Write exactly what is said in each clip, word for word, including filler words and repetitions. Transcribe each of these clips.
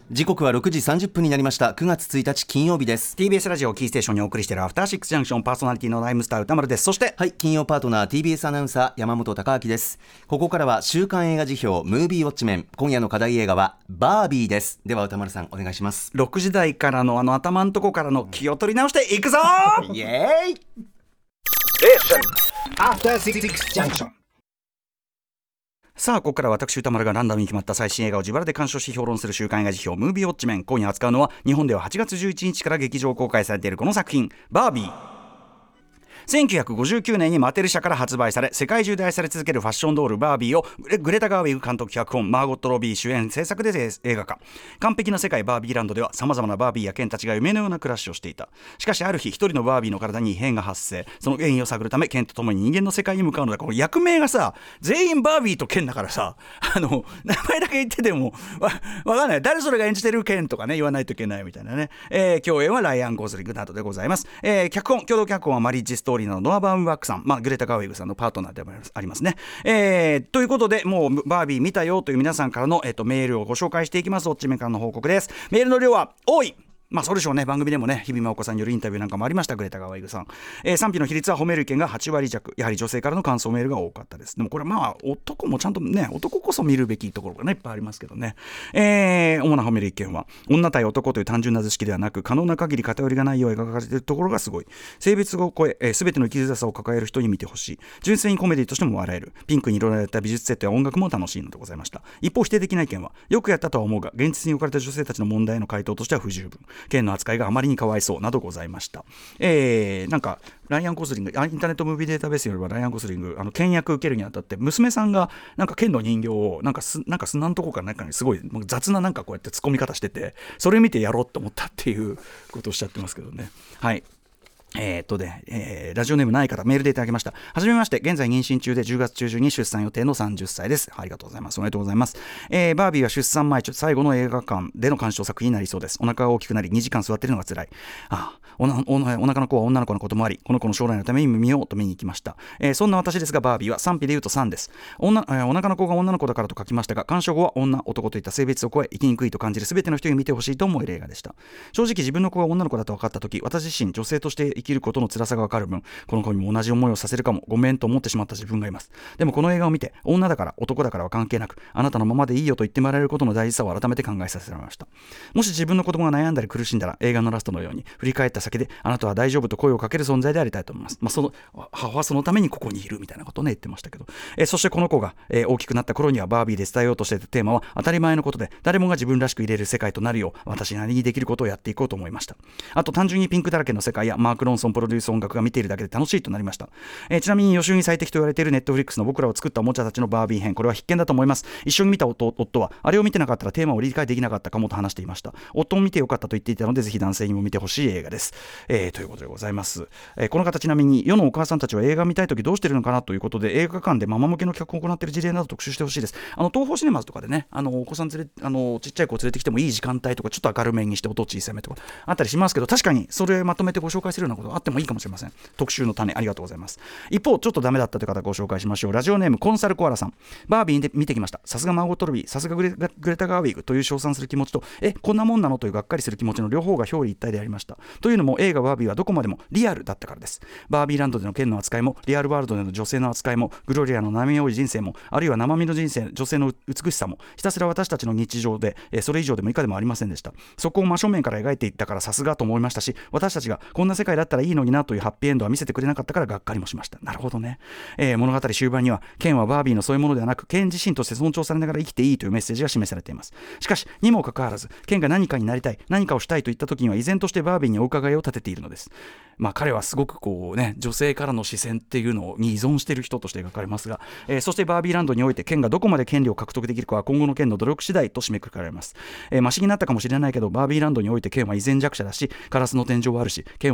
時刻はろくじさんじゅっぷんになりました。くがつついたち金曜日です。 ティービーエス ラジオキーステーションにお送りしているアフターシックスジャンクション、パーソナリティのライムスター歌丸です。そしてはい、金曜パートナー ティービーエス アナウンサー山本貴明です。ここからは週刊映画辞表ムービーウォッチメン。今夜の課題映画はバービーです。では歌丸さんお願いします。 ろくじ台からのあの頭のとこからの気を取り直していくぞイエーイアフターシックスジャンクション。さあここから私歌丸がランダムに決まった最新映画を自腹で鑑賞し評論する週刊映画辞表ムービーウォッチメン。今夜扱うのは日本でははちがつじゅういちにちから劇場公開されているこの作品バービー。せんきゅうひゃくごじゅうきゅうねんにマテル社から発売され世界中で愛され続けるファッションドールバービーをグレタ・ガーウィグ監督脚本、マーゴット・ロビー主演制作で映画化。完璧な世界バービーランドでは様々なバービーやケンたちが夢のような暮らしをしていた。しかしある日一人のバービーの体に異変が発生。その原因を探るためケンと共に人間の世界に向かうのだ。この役名がさ全員バービーとケンだからさ、あの名前だけ言ってても わ, わかんない。誰それが演じてるケンとかね言わないといけないみたいなね、えー、共演はライアン・ゴズリングなどでございます。えー、脚本共同脚本はマリッジストーリーのノア・バウンバックさん、まあ、グレタ・ガーウィグさんのパートナーでもありますね。えー、ということでもうバービー見たよという皆さんからの、えー、とメールをご紹介していきます。ウォッチメンからの報告です。メールの量は多い。まあそうでしょうね。番組でもね日比真央子さんによるインタビューなんかもありました。グレタ・ガーウィグさん、えー、賛否の比率は褒める意見がはちわり弱。やはり女性からの感想メールが多かったです。でもこれまあ男もちゃんとね男こそ見るべきところがねいっぱいありますけどね。えー、主な褒める意見は女対男という単純な図式ではなく可能な限り偏りがないよう描かれているところがすごい。性別を超ええー、全ての生きづらさを抱える人に見てほしい。純粋にコメディとしても笑える。ピンクに彩られた美術セットや音楽も楽しいのでございました。一方否定的な意見はよくやったとは思うが現実に置かれた女性たちの問題への回答としては不十分。県の扱いがあまりにかわいそうなどございました。えー、なんかライアン・ゴズリングインターネットムービーデータベースよりはライアン・ゴズリングあの倹約受けるにあたって娘さんがなんか剣の人形をなんかすなんか砂のとこから中にすごい雑ななんかこうやって突っ込み方しててそれ見てやろうと思ったっていうことをおっしゃってますけどね。はい。えー、っとで、えー、ラジオネームない方メールでいただきました。はじめまして。現在妊娠中でじゅうがつ中旬に出産予定のさんじゅっさいです。ありがとうございます。おめでとうございます。えー、バービーは出産前最後の映画館での鑑賞作品になりそうです。お腹が大きくなりにじかん座っているのが辛い。ああおなおお腹の子は女の子のこともありこの子の将来のために見ようと見に行きました。えー、そんな私ですがバービーは賛否で言うとさんです。女、えー、お腹の子が女の子だからと書きましたが鑑賞後は女男といった性別を超え生きにくいと感じる全ての人に見てほしいと思える映画でした。正直自分の子が女の子だと分かった時私自身女性として生きることの辛さが分かる分この子にも同じ思いをさせるかもごめんと思ってしまった自分がいます。でもこの映画を見て女だから男だからは関係なくあなたのままでいいよと言ってもらえることの大事さを改めて考えさせられました。もし自分の子供が悩んだり苦しんだら映画のラストのように振り返った先であなたは大丈夫と声をかける存在でありたいと思います。まあ、その母はそのためにここにいるみたいなことをね言ってましたけど、えー、そしてこの子が、えー、大きくなった頃にはバービーで伝えようとしていたテーマは当たり前のことで誰もが自分らしくいれる世界となるよう私なりにできることをやっていこうと思いました。あと単純にピンクだらけの世界やマーク・ロンソンプロデュース音楽が見ているだけで楽しいとなりました。えー、ちなみに予習に最適と言われているネットフリックスの僕らを作ったおもちゃたちのバービー編これは必見だと思います。一緒に見た夫はあれを見てなかったらテーマを理解できなかったかもと話していました。夫も見てよかったと言っていたのでぜひ男性にも見てほしい映画です。えー、ということでございます。えー、この方ちなみに世のお母さんたちは映画見たいときどうしてるのかなということで映画館でママ向けの脚本を行っている事例など特集してほしいです。あの東宝シネマズとかでねあのお子さん連れあのちっちゃい子連れてきてもいい時間帯とかちょっと明るめにして音小さめとかあったりしますけど確かにそれまとめてご紹介するようなことがあってもいいかもしれません。特集の種ありがとうございます。一方ちょっとダメだったという方ご紹介しましょう。ラジオネームコンサルコアラさん。バービーで見てきました。さすがマーゴットロビーさすがグ レ, グレタ・ガーウィグという称賛する気持ちとえこんなもんなのというがっかりする気持ちの両方が表裏一体でありました。というのも映画バービーはどこまでもリアルだったからです。バービーランドでの剣の扱いもリアルワールドでの女性の扱いもグロリアの波多い人生もあるいは生身の人生女性の美しさもひたすら私たちの日常でえそれ以上でも以下でもありませんでした。そこを真正面から描いていったからさすがと思いましたし私たちがこんな世界だったらいいのになというハッピーエンドは見せてくれなかったからがっかりもしました。なるほどね。えー、物語終盤にはケンはバービーのそういうものではなくケン自身として尊重されながら生きていいというメッセージが示されています。しかしにもかかわらずケンが何かになりたい何かをしたいといった時には依然としてバービーにお伺いを立てているのです。まあ彼はすごくこうね女性からの視線っていうのに依存している人として描かれますが、えー、そしてバービーランドにおいてケンがどこまで権利を獲得できるかは今後のケンの努力次第と締めくくられます。えー、マシになったかもしれないけどバービーランドにおいてケンは依然弱者だしガラスの天井はあるしケンは今後も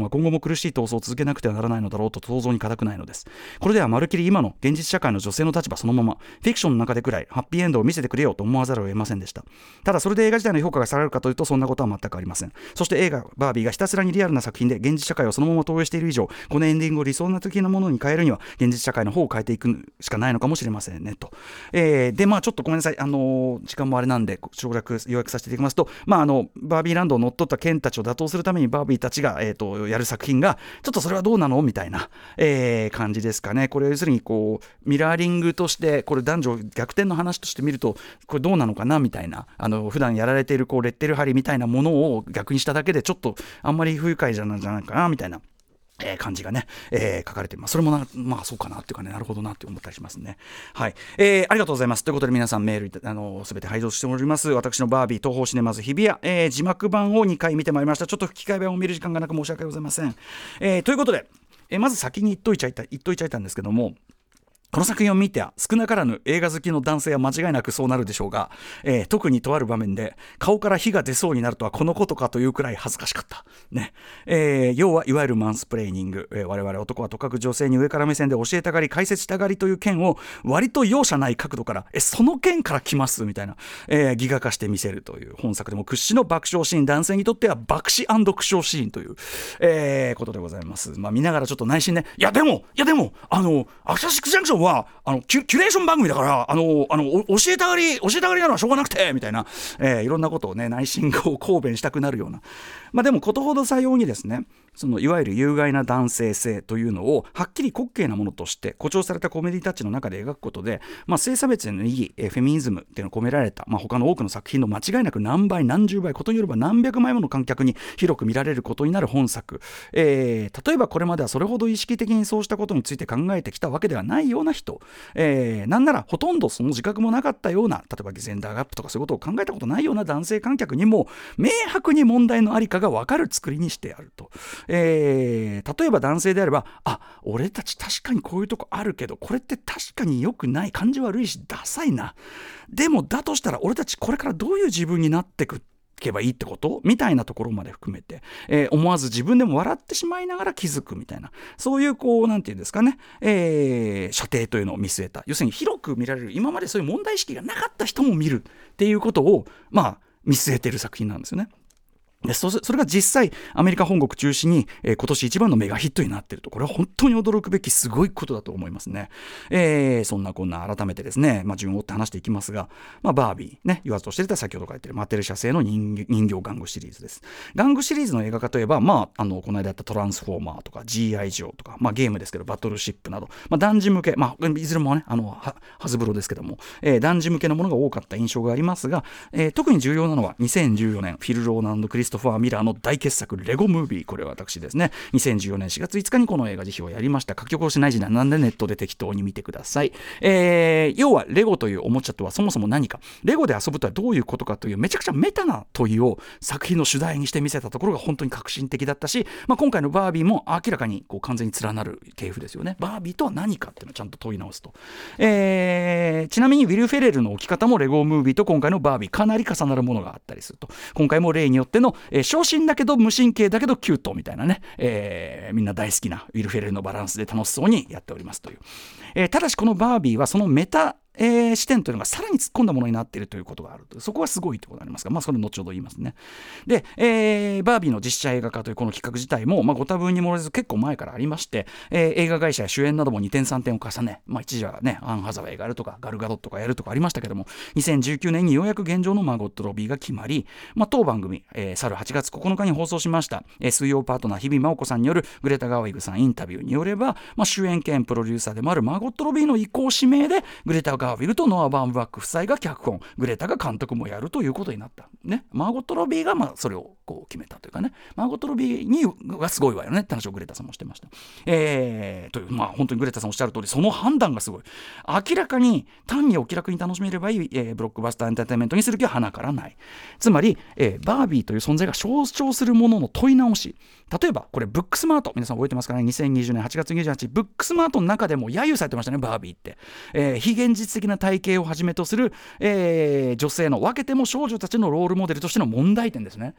苦しい闘争を続けなくてはならないのだろうと想像に難くないのです。これではまるっきり今の現実社会の女性の立場そのまま、フィクションの中でくらいハッピーエンドを見せてくれよと思わざるを得ませんでした。ただそれで映画自体の評価が下がるかというとそんなことは全くありません。そして映画バービーがひたすらにリアルな作品で現実社会をそのまま投影している以上、このエンディングを理想的なものに変えるには現実社会の方を変えていくしかないのかもしれませんねと、えー、でまあちょっとごめんなさい、あのー、時間もあれなんで省略要約させていただきますと、まああのバービーランドを乗っ取ったケンたちを打倒するためにバービーたちが、えー、とやる作品がちょっとそれはどうなのみたいな、えー、感じですかね。これ要するにこうミラーリングとしてこれ男女逆転の話として見るとこれどうなのかなみたいな、あの普段やられているこうレッテル貼りみたいなものを逆にしただけでちょっとあんまり不愉快じゃないかなみたいなえー、感じがね、えー、書かれています。それもなまあそうかなっていうかね、なるほどなって思ったりしますね。はい、えー、ありがとうございます。ということで皆さんメールあのすべて配送しております。私のバービー東宝シネマズ日比谷、えー、字幕版をにかい見てまいりました。ちょっと吹き替え版を見る時間がなく申し訳ございません。えー、ということで、えー、まず先に言っといちゃいた言っといちゃいたんですけども、この作品を見て少なからぬ映画好きの男性は間違いなくそうなるでしょうが、えー、特にとある場面で顔から火が出そうになるとはこのことかというくらい恥ずかしかった、ねえー、要はいわゆるマンスプレーニング、えー、我々男はとかく女性に上から目線で教えたがり解説したがりという件を割と容赦ない角度からえその件から来ますみたいな、えー、ギガ化してみせるという本作でも屈指の爆笑シーン、男性にとっては爆死&苦笑シーンという、えー、ことでございます。まあ見ながらちょっと内心ね、いやでもいやでもあのアクシャシックスジャンクションはあのキュ、キュレーション番組だからあのあの教えたがり教えたがりなのはしょうがなくてみたいな、えー、いろんなことをね内心を抗弁したくなるような、まあでもことほどさようにですね、そのいわゆる有害な男性性というのをはっきり滑稽なものとして誇張されたコメディタッチの中で描くことで、まあ、性差別への意義、えー、フェミニズムっていうのを込められた、まあ、他の多くの作品の間違いなく何倍何十倍ことによれば何百枚もの観客に広く見られることになる本作、えー、例えばこれまではそれほど意識的にそうしたことについて考えてきたわけではないような人、えー、なんならほとんどその自覚もなかったような、例えばジェンダーガップとかそういうことを考えたことないような男性観客にも明白に問題のありかが分かる作りにしてあると、えーえー、例えば男性であれば、あ、俺たち確かにこういうとこあるけどこれって確かに良くない、感じ悪いしダサいな、でもだとしたら俺たちこれからどういう自分になってくけばいいってことみたいなところまで含めて、えー、思わず自分でも笑ってしまいながら気づくみたいな、そういうこうなんていうんですかね、えー、射程というのを見据えた、要するに広く見られる、今までそういう問題意識がなかった人も見るっていうことをまあ見据えている作品なんですよね。で そ, それが実際アメリカ本国中心に、えー、今年一番のメガヒットになっていると、これは本当に驚くべきすごいことだと思いますね。えー、そんなこんな改めてですね、まあ、順を追って話していきますが、まあ、バービーね、言わずとしていた先ほど書いてるマテル社製の 人, 人形玩具シリーズです。玩具シリーズの映画化といえば、まあ、あのこの間やったトランスフォーマーとか ジーアイ ジョーとか、まあ、ゲームですけどバトルシップなど、まあ、男児向け、まあ、いずれもねあのはハズブロですけども、えー、男児向けのものが多かった印象がありますが、えー、特に重要なのはにせんじゅうよねんフィル・ローナンド・クリストファー・ミラーの大傑作レゴムービー、これは私ですねにせんじゅうよねんしがついつかにこの映画辞表をやりました。書き起こしない時代なんでネットで適当に見てください。えー、要はレゴというおもちゃとはそもそも何か、レゴで遊ぶとはどういうことかというめちゃくちゃメタな問いを作品の主題にして見せたところが本当に革新的だったし、まあ、今回のバービーも明らかにこう完全に連なる系譜ですよね。バービーとは何かっていうのをちゃんと問い直すと、えー、ちなみにウィル・フェレルの置き方もレゴムービーと今回のバービーかなり重なるものがあったりすると、今回も例によっての、えー、昇進だけど無神経だけどキュートみたいなね、えー、みんな大好きなウィル・フェレルのバランスで楽しそうにやっておりますという、えー、ただしこのバービーはそのメタえー、視点というのがさらに突っ込んだものになっているということがあると、そこはすごいということがありますが、まあ、それ後ほど言いますね。で、えー、バービーの実写映画化というこの企画自体も、まあ、ご多分に漏れず結構前からありまして、えー、映画会社や主演などもにてんさんてんを重ね、まあ、一時はねアン・ハザウェイがやるとかガルガドットがやるとかありましたけども、にせんじゅうきゅうねんにようやく現状のマーゴット・ロビーが決まり、まあ、当番組、えー、去るはちがつここのかに放送しました、えー、水曜パートナー日比真央子さんによるグレタ・ガーウィグさんインタビューによれば、まあ、主演兼プロデューサーでもあるマーゴット・ロビーの意向指名でグレタ・ガーウィグとノア・バーンバック夫妻が脚本、グレタが監督もやるということになった、ね、マーゴット・ロビーがまあそれをこう決めたというかね、マーゴット・ロビーにがすごいわよねって話をグレタさんもしてました。えー、という、まあ本当にグレタさんおっしゃる通り、その判断がすごい、明らかに単にお気楽に楽しめればいい、えー、ブロックバスターエンターテインメントにする気は鼻からない。つまり、えー、バービーという存在が象徴するものの問い直し、例えばこれブックスマート、皆さん覚えてますかね、にせんにじゅうねんはちがつにじゅうはちにちブックスマートの中でも揶揄されてましたね、バービーって、えー、非現実的な体型をはじめとする、えー、女性の分けても少女たちのロールモデルとしての問題点ですね。絶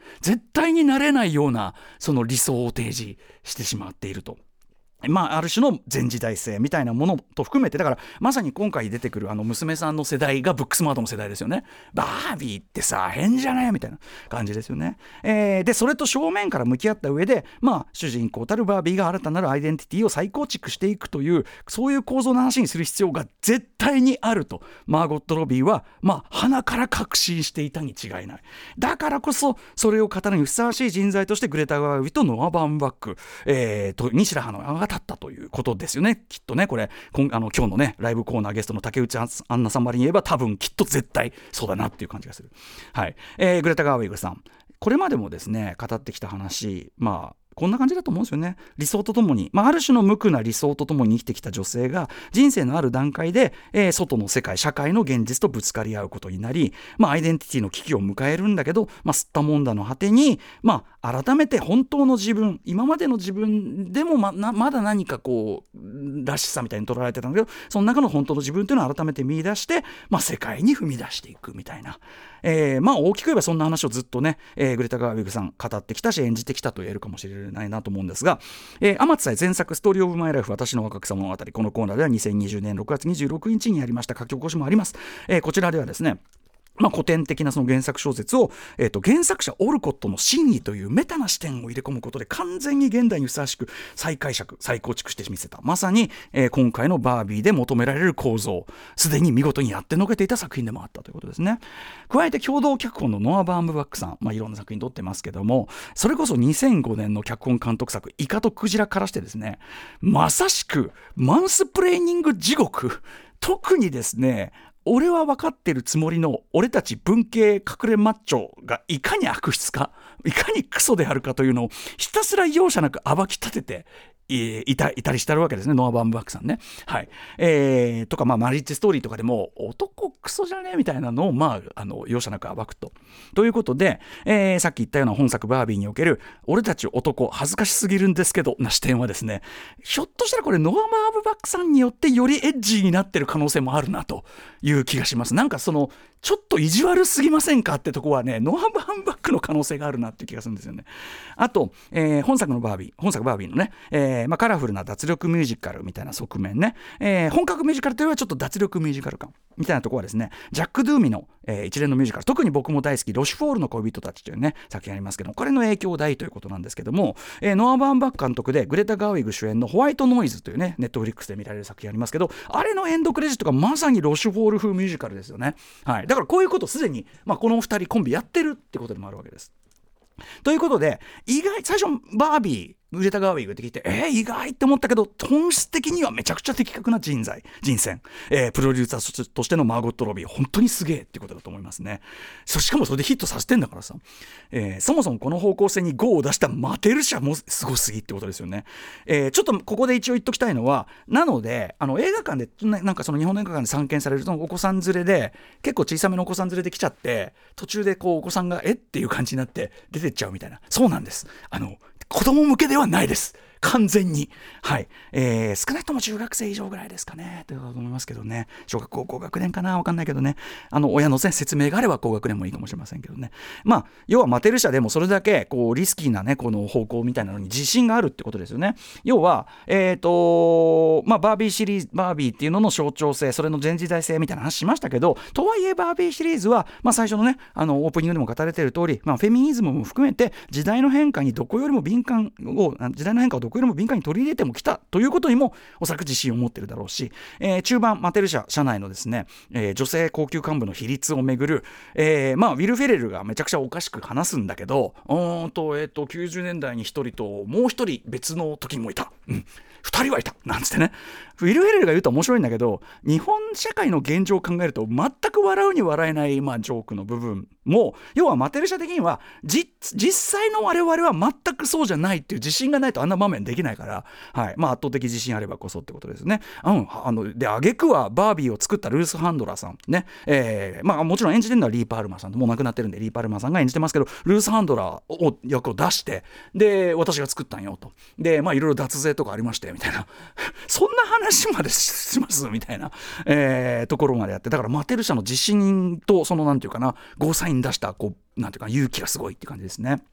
対になれないようなその理想を提示してしまっていると。まあ、ある種の前時代性みたいなものと含めて、だからまさに今回出てくるあの娘さんの世代がブックスマートの世代ですよね。バービーってさ変じゃないみたいな感じですよね、えー、でそれと正面から向き合った上で、まあ、主人公たるバービーが新たなるアイデンティティを再構築していくという、そういう構造の話にする必要が絶対にあるとマーゴット・ロビーは、まあ、鼻から確信していたに違いない。だからこそそれを語るにふさわしい人材としてグレタ・ガーウィとノア・バーンバック、えー、とに白羽の矢が立ったということですよね、きっとね。これ今あの今日のねライブコーナーゲストの竹内アンナさんまでに言えば多分きっと絶対そうだなっていう感じがする。はい、えー、グレタ・ガーウィグさん、これまでもですね語ってきた話、まあこんな感じだと思うんですよね。理想とともに、まあ、ある種の無垢な理想とともに生きてきた女性が人生のある段階で、えー、外の世界社会の現実とぶつかり合うことになり、まあ、アイデンティティの危機を迎えるんだけど、まあ、吸ったもんだの果てに、まあ、改めて本当の自分、今までの自分でも ま, なまだ何かこうらしさみたいに捉えられてたんだけど、その中の本当の自分というのを改めて見出して、まあ、世界に踏み出していくみたいな、えー、まあ大きく言えばそんな話をずっとね、えー、グレタ・ガーウィグさん語ってきたし演じてきたと言えるかもしれないなと思うんですが、えー、天津さえ前作ストーリーオブマイライフ私の若草物語、このコーナーではにせんにじゅうねんろくがつにじゅうろくにちにやりました書き起こしもあります、えー、こちらではですね、まあ、古典的なその原作小説を、えー、と原作者オルコットの真意というメタな視点を入れ込むことで完全に現代にふさわしく再解釈再構築してみせた、まさに、えー、今回のバービーで求められる構造、すでに見事にやってのけていた作品でもあったということですね。加えて共同脚本のノア・バーンブバックさん、まあ、いろんな作品撮ってますけども、それこそにせんごねんの脚本監督作イカとクジラからしてですね、まさしくマンスプレーニング地獄、特にですね俺は分かってるつもりの俺たち文系隠れマッチョがいかに悪質か、いかにクソであるかというのをひたすら容赦なく暴き立ててい た, いたりしてるわけですね、ノア・バーンバックさんね。はい、えー、とか、まあ、マリッジストーリーとかでも男クソじゃねえみたいなのを、まあ、あの容赦なく暴くと。ということで、えー、さっき言ったような本作バービーにおける俺たち男恥ずかしすぎるんですけどな視点はですね、ひょっとしたらこれノア・バーンバックさんによってよりエッジになってる可能性もあるなという気がします。なんかそのちょっと意地悪すぎませんかってとこはね、ノア・バーンバックの可能性があるなっていう気がするんですよね。あと、えー、本作のバービー本作バービーのね、えーまあ、カラフルな脱力ミュージカルみたいな側面ね、えー、本格ミュージカルというよりはちょっと脱力ミュージカル感みたいなところはですね、ジャック・ドゥーミの、えー、一連のミュージカル、特に僕も大好きロシュフォールの恋人たちというね作品ありますけども、これの影響大ということなんですけども、えー、ノア・バーンバック監督でグレタ・ガーウィグ主演のホワイトノイズというねネットフリックスで見られる作品ありますけど、あれのエンドクレジットがまさにロシュフォール風ミュージカルですよね。はい、だからこういうことすでに、まあ、このふたりコンビやってるってことでもあるわけです。ということで意外最初バービーグレタ・ガーウィグって聞いてえー、意外って思ったけど、本質的にはめちゃくちゃ的確な人材人選、えー、プロデューサーとしてのマーゴット・ロビー本当にすげえっていうことだと思いますね。そしかもそれでヒットさせてんだからさ、えー、そもそもこの方向性に ゴー を出したマテル社もすごすぎってことですよね。えー、ちょっとここで一応言っときたいのは、なのであの映画館でなんかその日本の映画館で散見されるとお子さん連れで結構小さめのお子さん連れで来ちゃって、途中でこうお子さんがえっていう感じになって出てっちゃうみたいな、そうなんです。あの子供向けではないです、完全に。はい、えー、少なくとも中学生以上ぐらいですかねと思いますけどね。小学校高学年かな、分かんないけどね、あの親の、ね、説明があれば高学年もいいかもしれませんけどね。まあ要はマテル社でもそれだけこうリスキーなねこの方向みたいなのに自信があるってことですよね。要はえっ、ー、とまあバービーシリーズバービーっていうのの象徴性、それの前時代性みたいな話しましたけど、とはいえバービーシリーズは、まあ、最初のねあのオープニングでも語られている通り、まあ、フェミニズムも含めて時代の変化にどこよりも敏感を時代の変化をどこよりも敏感に取り入れてもきたということにもおそらく自信を持っているだろうし、えー、中盤マテル社社内のですね、えー、女性高級幹部の比率をめぐる、えーまあ、ウィル・フェレルがめちゃくちゃおかしく話すんだけど、うんと、えー、ときゅうじゅうねんだいにひとりともうひとり別の時もいた、うんふたりはいたなんつってね、ウィル・フェレルが言うと面白いんだけど、日本社会の現状を考えると全く笑うに笑えない、まあ、ジョークの部分も、要はマテル社的にはじ実際の我々は全くそうじゃないっていう自信がないとあんな場面できないから、はいまあ、圧倒的自信あればこそってことですね。うん、あので挙句はバービーを作ったルース・ハンドラーさんね、えーまあ、もちろん演じてるのはリー・パールマーさん、もう亡くなってるんでリー・パールマーさんが演じてますけど、ルース・ハンドラーを役を出して、で私が作ったんよと、でまあいろいろ脱税とかありましてみたいなそんな話までしますみたいな、えー、ところまでやって、だからマテル社の自信とそのなんていうかなゴーサイン出したこうなんていうか勇気がすごいって感じですね。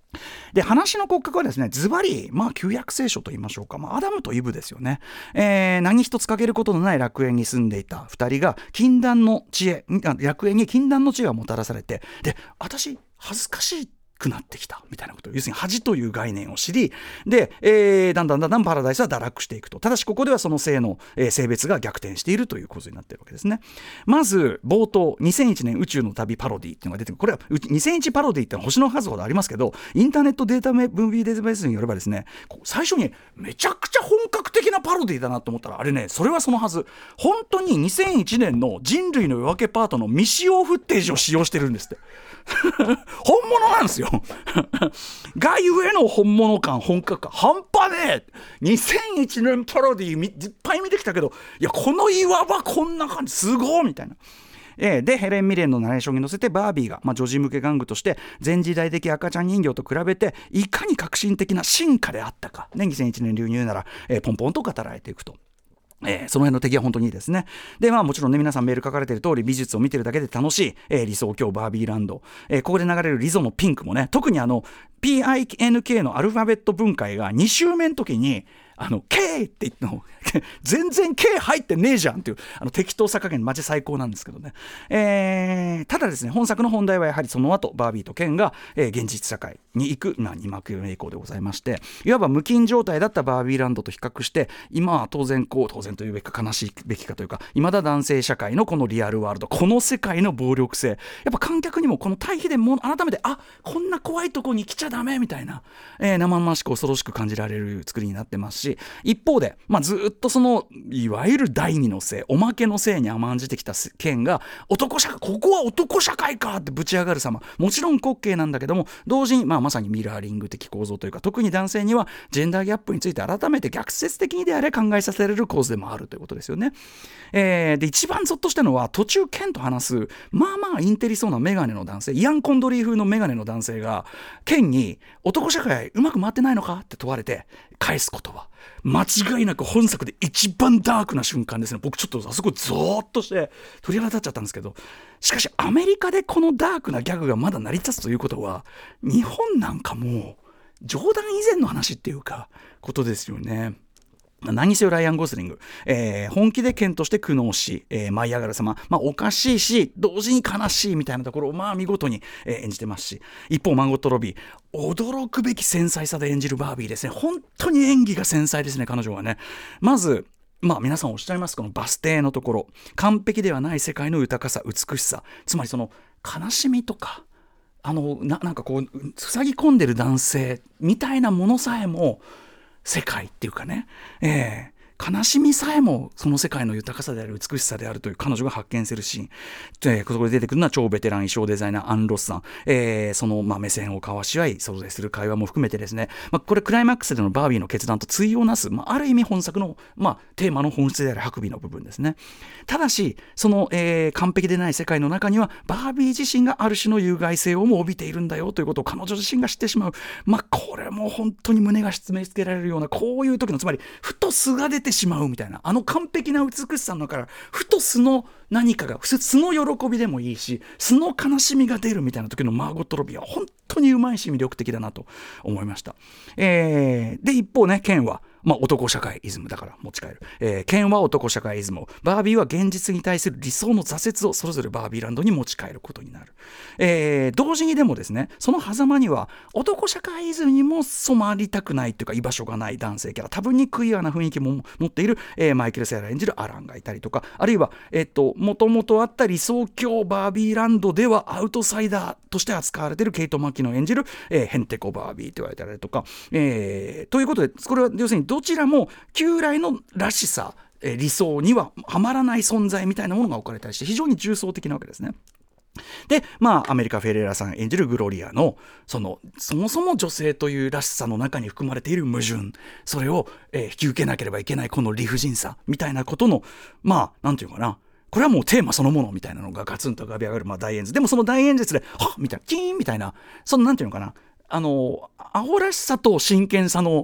で話の骨格はですね、ズバリ、まあ、旧約聖書と言いましょうか、まあ、アダムとイブですよね、えー、何一つ欠けることのない楽園に住んでいたふたりが禁断の知恵、楽園に禁断の知恵がもたらされて、で私恥ずかしいくなってきたみたいなこと、要するに恥という概念を知り、で、えー、だんだんだんだんパラダイスは堕落していくと。ただしここではその性の、えー、性別が逆転しているという構図になっているわけですね。まず冒頭にせんいちねん宇宙の旅パロディっていうのが出てくる。これはにせんいちパロディってのは星の数ほどありますけど、インターネットデータメムービーデータベースによればですね、最初にめちゃくちゃ本格的なパロディだなと思ったら、あれね、それはそのはず、本当ににせんいちねんの人類の夜明けパートの未使用フッテージを使用してるんですって本物なんですよがゆえの本物感、本格感半端ねえ。にせんいちねんパロディいっぱい見てきたけど、いやこの岩はこんな感じすごいみたいな。えー、でヘレン・ミレンのナレーションに乗せてバービーが、まあ、女児向け玩具として前時代的赤ちゃん人形と比べていかに革新的な進化であったか、ね、にせんいちねん流に言うなら、えー、ポンポンと語られていくと。えー、その辺の敵は本当にいいですね。で、まあもちろんね、皆さんメール書かれている通り美術を見てるだけで楽しい、えー、理想郷バービーランド、えー、ここで流れるリゾのピンクもね、特にあの ピーアイエヌケー のアルファベット分解がに週目の時にあの K って言っての全然 K 入ってねえじゃんっていうあの適当さ加減マジ最高なんですけどね、えー、ただですね、本作の本題はやはりその後バービーとケンが、えー、現実社会に行く、まあ、二幕栄光でございまして、いわば無菌状態だったバービーランドと比較して今は当然こう当然というべきか悲しいべきかというか、未だ男性社会のこのリアルワールド、この世界の暴力性、やっぱ観客にもこの対比でもう改めてあこんな怖いとこに来ちゃダメみたいな、えー、生々しく恐ろしく感じられる作りになってますし、一方で、まあ、ずっとそのいわゆる第二の性、おまけの性に甘んじてきた剣が男社会、ここは男社会かってぶち上がる様、もちろん滑稽なんだけども同時に、まあ、まさにミラーリング的構造というか、特に男性にはジェンダーギャップについて改めて逆説的にであれ考えさせられる構図でもあるということですよね。えー、で一番ゾッとしたのは途中剣と話すまあまあインテリそうなメガネの男性、イアン・コンドリー風のメガネの男性が剣に男社会うまく回ってないのかって問われて返す言葉、間違いなく本作で一番ダークな瞬間ですね。僕ちょっとあそこゾーッとして鳥肌立っちゃったんですけど、しかしアメリカでこのダークなギャグがまだ成り立つということは、日本なんかもう冗談以前の話っていうかことですよね。何せよライアン・ゴズリング、えー、本気で剣として苦悩し、えー、舞い上がる様、まあ、おかしいし同時に悲しいみたいなところをまあ見事に、えー、演じてますし、一方マンゴット・ロビー、驚くべき繊細さで演じるバービーですね。本当に演技が繊細ですね、彼女はね。まずまあ皆さんおっしゃいますこのバス停のところ、完璧ではない世界の豊かさ美しさ、つまりその悲しみとかあの な, なんかこう塞ぎ込んでる男性みたいなものさえも世界っていうかね、えー悲しみさえもその世界の豊かさである美しさであるという彼女が発見するシーン、えー、ここで出てくるのは超ベテラン衣装デザイナーアン・ロスさん、えー、その、まあ、目線を交わし合い想像する会話も含めてですね、まあ、これクライマックスでのバービーの決断と対をなす、まあ、ある意味本作の、まあ、テーマの本質である白尾の部分ですね。ただしその、えー、完璧でない世界の中にはバービー自身がある種の有害性をも帯びているんだよということを彼女自身が知ってしまう、まあ、これも本当に胸が締め付けられるような、こういう時のつまりふと素が出てしまうみたいな、あの完璧な美しさの中からふと素の何かが、素の喜びでもいいし素の悲しみが出るみたいな時のマーゴット・ロビーは本当にうまいし魅力的だなと思いました。えー、で一方ね、ケンはまあ、男社会イズムだから持ち帰る、えー、ケンは男社会イズムを、バービーは現実に対する理想の挫折をそれぞれバービーランドに持ち帰ることになる、えー、同時にでもですね、その狭間には男社会イズムにも染まりたくないというか居場所がない男性キャラ、多分にクイアな雰囲気も持っている、えー、マイケル・セアラ演じるアランがいたりとか、あるいはえっともともとあった理想郷バービーランドではアウトサイダーとして扱われているケイト・マキノ演じる、えー、ヘンテコバービーと言われたりとか、えー、ということでこれは要するにどちらも旧来のらしさ、えー、理想にははまらない存在みたいなものが置かれたりして非常に重層的なわけですね。でまあアメリカ・フェレーラさん演じるグロリアのそのそもそも女性というらしさの中に含まれている矛盾、それを、えー、引き受けなければいけないこの理不尽さみたいなことの、まあなんていうかな、これはもうテーマそのものみたいなのがガツンと浮かび上がる、まあ、大演説でも、その大演説ではっみたいなキーンみたいな、そのなんていうのかな、あのアホらしさと真剣さの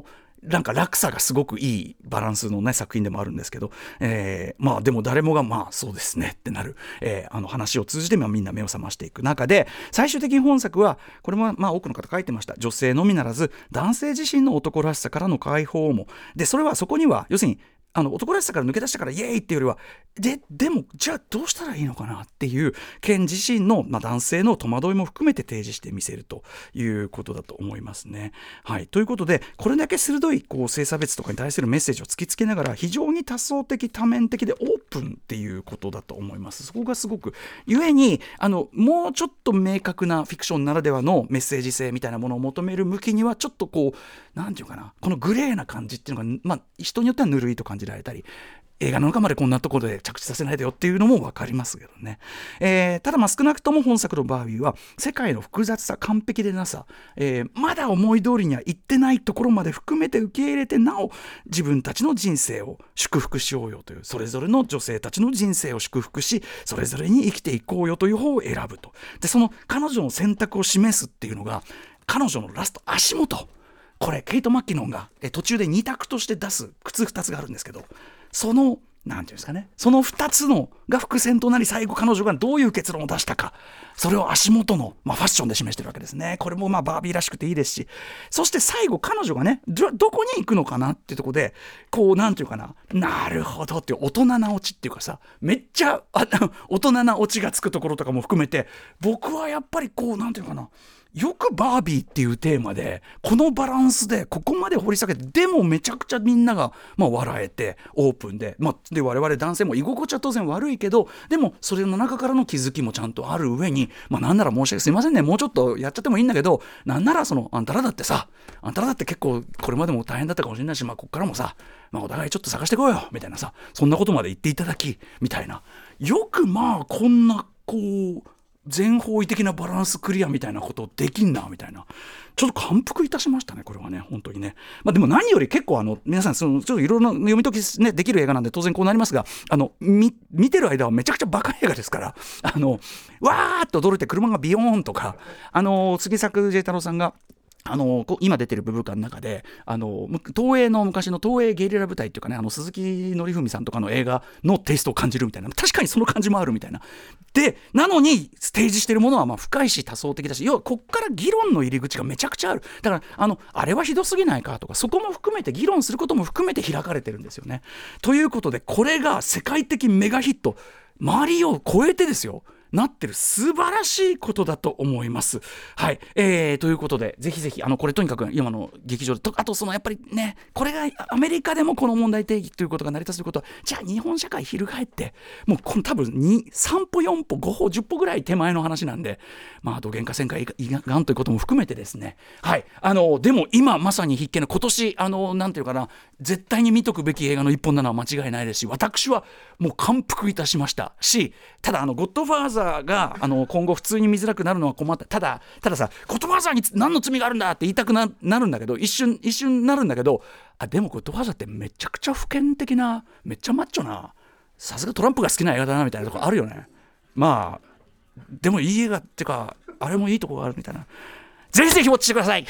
なんか落差がすごくいいバランスの、ね、作品でもあるんですけど、えー、まあでも誰もがまあそうですねってなる、えー、あの話を通じてみんな目を覚ましていく中で、最終的に本作はこれもまあ多くの方書いてました。女性のみならず男性自身の男らしさからの解放もで、それはそこには要するにあの男らしさから抜け出したからイエーイっていうよりはででもじゃあどうしたらいいのかなっていうケン自身の、まあ、男性の戸惑いも含めて提示してみせるということだと思いますね。はい、ということでこれだけ鋭いこう性差別とかに対するメッセージを突きつけながら非常に多層的多面的でオープンっていうことだと思います。そこがすごくゆえにあのもうちょっと明確なフィクションならではのメッセージ性みたいなものを求める向きにはちょっとこうなんていうかな、このグレーな感じっていうのが、まあ、人によってはぬるいと感じられたり、映画の中までこんなところで着地させないでよっていうのも分かりますけどね、えー、ただまあ少なくとも本作のバービーは世界の複雑さ完璧でなさ、えー、まだ思い通りにはいってないところまで含めて受け入れて、なお自分たちの人生を祝福しようよという、それぞれの女性たちの人生を祝福しそれぞれに生きていこうよという方を選ぶと。でその彼女の選択を示すっていうのが彼女のラスト足元、これケイト・マッキノンがえ途中でに択として出す靴ふたつがあるんですけど、そのなんていうんですかね、そのふたつのが伏線となり最後彼女がどういう結論を出したか、それを足元の、まあ、ファッションで示してるわけですね。これもまあバービーらしくていいですし、そして最後彼女がね ど, どこに行くのかなっていうところでこうなんていうかな、なるほどっていう大人なオチっていうかさ、めっちゃあ大人なオチがつくところとかも含めて、僕はやっぱりこうなんていうかな、よくバービーっていうテーマでこのバランスでここまで掘り下げて、でもめちゃくちゃみんながまあ笑えてオープンで、まあ、で我々男性も居心地は当然悪いけど、でもそれの中からの気づきもちゃんとある上に、まあ、なんなら申し訳すいませんね、もうちょっとやっちゃってもいいんだけど、なんならそのあんたらだってさ、あんたらだって結構これまでも大変だったかもしれないし、まあ、こっからもさ、まあ、お互いちょっと探してこうよみたいなさ、そんなことまで言っていただきみたいな、よくまあこんなこう全方位的なバランスクリアみたいなことできんなみたいな、ちょっと感服いたしましたね、これはね、本当にね。まあ、でも何より結構あの皆さんそのちょっといろいろな読み解き、ね、できる映画なんで当然こうなりますが、あの見てる間はめちゃくちゃバカ映画ですから、あのわーっと驚いて車がビヨーンとか、あの杉作 J 太郎さんがあの今出てる部分館の中であの東映の昔の東映ゲリラ舞台っていうかね、あの鈴木紀文さんとかの映画のテイストを感じるみたいな、確かにその感じもあるみたいな。でなのに提示してるものはまあ深いし多層的だし、要はこっから議論の入り口がめちゃくちゃある。だからあのあれはひどすぎないかとか、そこも含めて議論することも含めて開かれてるんですよね。ということでこれが世界的メガヒット、周りを超えてですよなってる素晴らしいことだと思います。はい、えー、ということでぜひぜひあのこれとにかく今の劇場でと、あとそのやっぱりね、これがアメリカでもこの問題定義ということが成り立つということは、じゃあ日本社会翻ってもうこの多分にさん歩よん歩ご歩じゅっ歩ぐらい手前の話なんで、まあ土幻化旋回胃がんということも含めてですね、はいあのでも今まさに必見の今年あのなんていうかな、絶対に見とくべき映画の一本なのは間違いないですし、私はもう感服いたしましたし、ただあのゴッドファーザーがあの今後普通に見づらくなるのは困った。ただたださ、ゴッドファーザーに何の罪があるんだって言いたく な, なるんだけど一瞬一瞬なるんだけど、あでもゴッドファーザーってめちゃくちゃ普遍的な、めっちゃマッチョな、さすがトランプが好きな映画だなみたいなとこあるよね。まあでもいい映画ってかあれもいいとこがあるみたいな、ぜひぜひウォッチしてください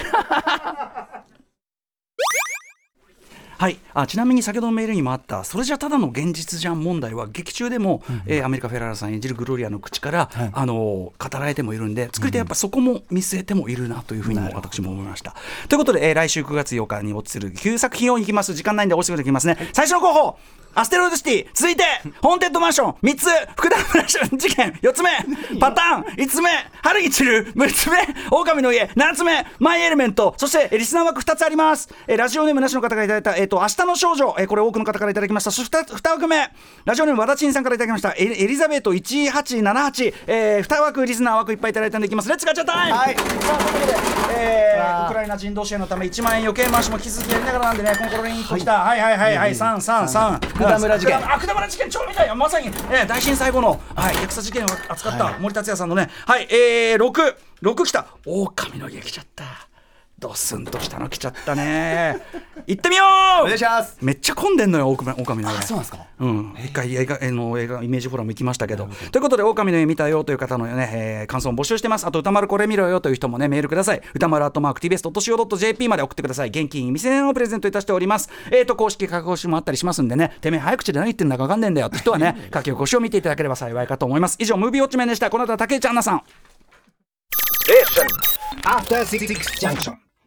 はい、あちなみに先ほどのメールにもあったそれじゃただの現実じゃん問題は劇中でも、うんうんえー、アメリカ・フェラーラさん演じるグロリアの口から、はい、あの語られてもいるんで、作り手やっぱそこも見据えてもいるなというふうにも私も思いました。ということで、えー、来週くがつようかに落ちるきゅうさく品をいきます。時間ないんで押していきますね。最初の候補アステロイドシティ、続いてホーンテッドマンションみっつ、福田村事件よっつめ、パターンいつつめ、春に散るむっつめ、狼の家ななつめ、マイエレメント、そしてリスナー枠ふたつあります。えー、ラジオネームなしの方からいただいた、えー、と明日の少女、えー、これ多くの方からいただきました。そして 2, 枠目ラジオネーム和田珍さんからいただきました。エリ、エリザベートいちはちななはち、えー、に枠リスナー枠いっぱいいただいたんでいきます。レッツガチャタイム。はい、さあということで、えー、ウクライナ人道支援のためいちまんえん余計回しも引き続きやりながらなんでね、この頃に来た、はい、はいはいはいはいさんさんさん福田村事件、福田村事件超みたいよ、まさに、えー、大震災後の、はい、虐殺事件を扱った森達也さんのね、はい、えー、ろく、ろく来た、狼の家来ちゃった。 ドスンとしたの来ちゃったね行ってみよう。 お願いします。 めっちゃ混んでんのよ、狼の家。 あ、そうなんですか。 うん、一回映画あの映画イメージフォーラム行きましたけど、ということで狼の家見たよという方のね、えー、感想を募集してます。あと歌丸これ見ろよという人もねメールください。歌丸アットマーク ティービーエスドットシーオードットジェーピー まで送ってください。現金未成年をプレゼントいたしております。えーと公式書き起こしもあったりしますんでね、てめえ早口で何言ってんだか分かんねえんだよって人はね書き起こしを見ていただければ幸いかと思います。以上ムービーウォッチメンでした。この後は竹内杏奈さん。 After Six Junction.